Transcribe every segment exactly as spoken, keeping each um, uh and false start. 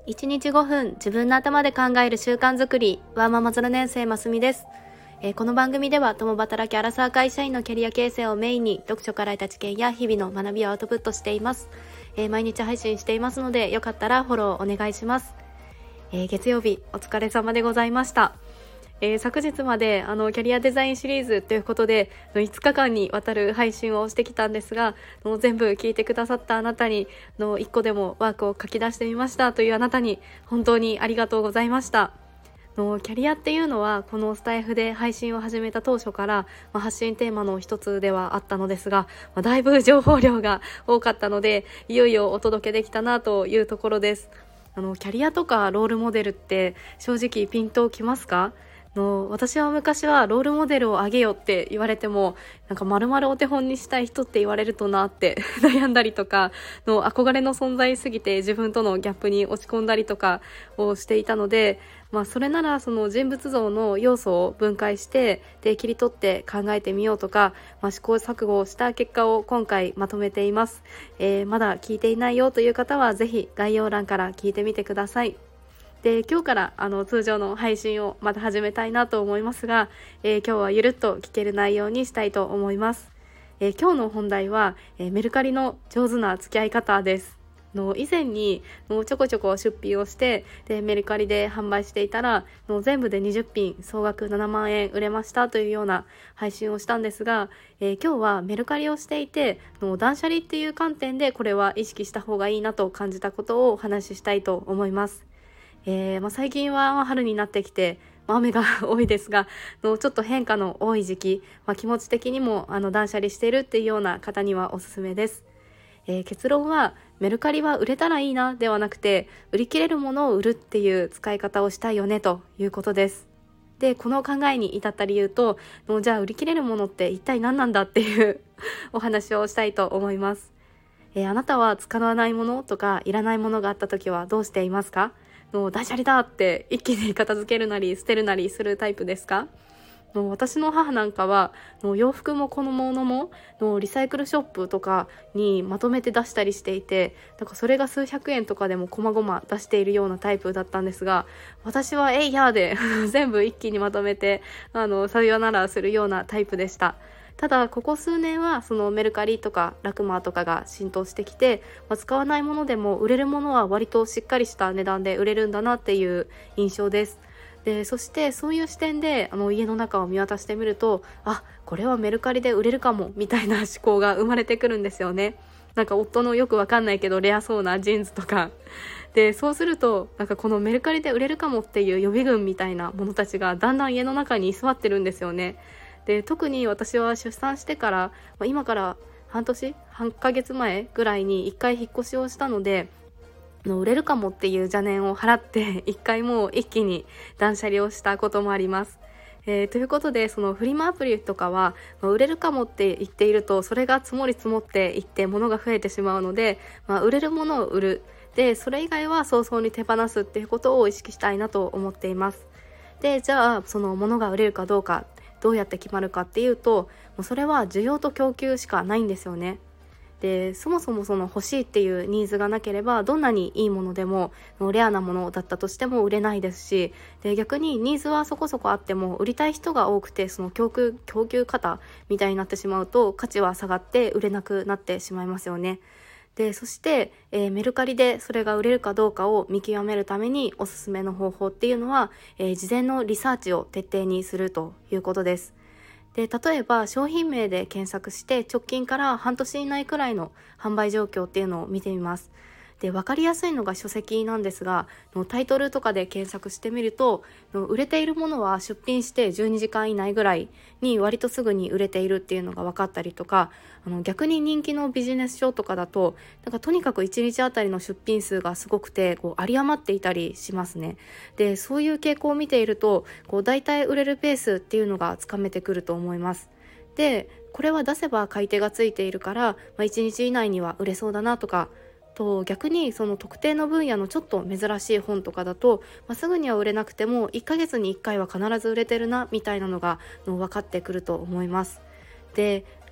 いちにちごふん自分の頭で考える習慣づくりワーママゼロねん生ますみです。えー、この番組では共働きアラサー会社員のキャリア形成をメインに読書から得た知見や日々の学びをアウトプットしています。えー、毎日配信していますのでよかったらフォローお願いします。えー、月曜日お疲れ様でございました。えー、昨日まであのキャリアデザインシリーズということでいつかかんにわたる配信をしてきたんですが、もう全部聞いてくださったあなたにのいっこでもワークを書き出してみましたというあなたに本当にありがとうございました。のキャリアっていうのはこのスタイフで配信を始めた当初から、まあ、発信テーマの一つではあったのですが、まあ、だいぶ情報量が多かったのでいよいよお届けできたなというところです。あのキャリアとかロールモデルって正直ピンときますか？の私は昔はロールモデルをあげよって言われてもなんか丸々お手本にしたい人って言われるとなって悩んだりとかの憧れの存在すぎて自分とのギャップに落ち込んだりとかをしていたので、まあ、それならその人物像の要素を分解してで切り取って考えてみようとか、まあ、試行錯誤をした結果を今回まとめています。えー、まだ聞いていないよという方はぜひ概要欄から聞いてみてください。で今日からあの通常の配信をまた始めたいなと思いますが、えー、今日はゆるっと聞ける内容にしたいと思います。えー、今日の本題は、えー、メルカリの上手な付き合い方です。の以前にのちょこちょこ出品をしてでメルカリで販売していたらの全部でにじゅっぴん総額ななまんえん売れましたというような配信をしたんですが、えー、今日はメルカリをしていての断捨離っていう観点でこれは意識した方がいいなと感じたことをお話ししたいと思います。えーまあ、最近は春になってきて、まあ、雨が多いですがのちょっと変化の多い時期、まあ、気持ち的にもあの断捨離しているっていうような方にはおすすめです。えー、結論はメルカリは売れたらいいなではなくて売り切れるものを売るっていう使い方をしたいよねということです。でこの考えに至った理由とのじゃあ売り切れるものって一体何なんだっていうお話をしたいと思います。えー、あなたは使わないものとかいらないものがあった時はどうしていますか？の断捨離だって一気に片付けるなり捨てるなりするタイプですか？の私の母なんかはの洋服もこのものものリサイクルショップとかにまとめて出したりしていて、だからそれが数百円とかでもこまごま出しているようなタイプだったんですが、私はえいやーで全部一気にまとめてあのさよならするようなタイプでした。ただここ数年はそのメルカリとかラクマとかが浸透してきて、まあ、使わないものでも売れるものは割としっかりした値段で売れるんだなっていう印象です。でそしてそういう視点であの家の中を見渡してみると、あ、これはメルカリで売れるかもみたいな思考が生まれてくるんですよね。なんか夫のよくわかんないけどレアそうなジーンズとかで、そうするとなんかこのメルカリで売れるかもっていう予備軍みたいなものたちがだんだん家の中に居座ってるんですよね。で特に私は出産してから、まあ、今から半年半ヶ月前ぐらいにいっかい引っ越しをしたので、売れるかもっていう邪念を払っていっかいもう一気に断捨離をしたこともあります。えー、ということでそのフリマアプリとかは、まあ、売れるかもって言っているとそれが積もり積もっていって物が増えてしまうので、まあ、売れるものを売る、でそれ以外は早々に手放すっていうことを意識したいなと思っています。でじゃあその物が売れるかどうかどうやって決まるかっていうと、もうそれは需要と供給しかないんですよね。でそもそもその欲しいっていうニーズがなければどんなにいいものでもレアなものだったとしても売れないですし、で逆にニーズはそこそこあっても売りたい人が多くてその供給供給過みたいになってしまうと価値は下がって売れなくなってしまいますよね。でそして、えー、メルカリでそれが売れるかどうかを見極めるためにおすすめの方法っていうのは、えー、事前のリサーチを徹底にするということです。で例えば商品名で検索して直近から半年以内くらいの販売状況っていうのを見てみます。で分かりやすいのが書籍なんですが、のタイトルとかで検索してみるとの売れているものは出品してじゅうにじかん以内ぐらいに割とすぐに売れているっていうのが分かったりとか、あの逆に人気のビジネス書とかだとなんかとにかくいちにちあたりの出品数がすごくてこう有り余っていたりしますね。でそういう傾向を見ているとこう大体売れるペースっていうのがつかめてくると思います。でこれは出せば買い手がついているから、まあ、いちにち以内には売れそうだなとか、と逆にその特定の分野のちょっと珍しい本とかだと、まあ、すぐには売れなくてもいっかげつにいっかいは必ず売れてるなみたいなのがの分かってくると思います。で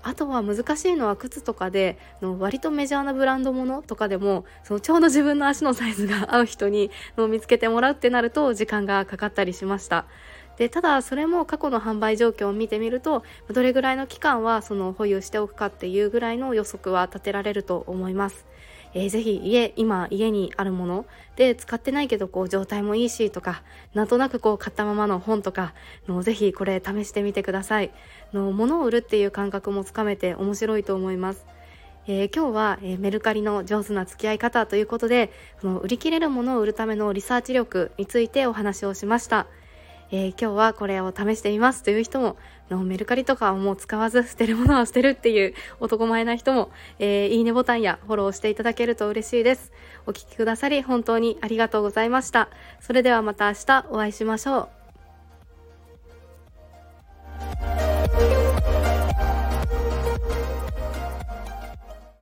あとは難しいのは靴とかでの割とメジャーなブランドものとかでもそのちょうど自分の足のサイズが合う人にの見つけてもらうってなると時間がかかったりしました。でただそれも過去の販売状況を見てみるとどれぐらいの期間はその保有しておくかっていうぐらいの予測は立てられると思います。えー、ぜひ家今家にあるもので使ってないけどこう状態もいいしとかなんとなくこう買ったままの本とかのぜひこれ試してみてください。の物を売るっていう感覚もつかめて面白いと思います。えー、今日は、えーメルカリの上手な付き合い方ということでその売り切れるものを売るためのリサーチ力についてお話をしました。えー今日はこれを試してみますという人ものメルカリとかをもう使わず捨てるものは捨てるっていう男前な人も、えーいいねボタンやフォローしていただけると嬉しいです。お聞きくださり本当にありがとうございました。それではまた明日お会いしましょう。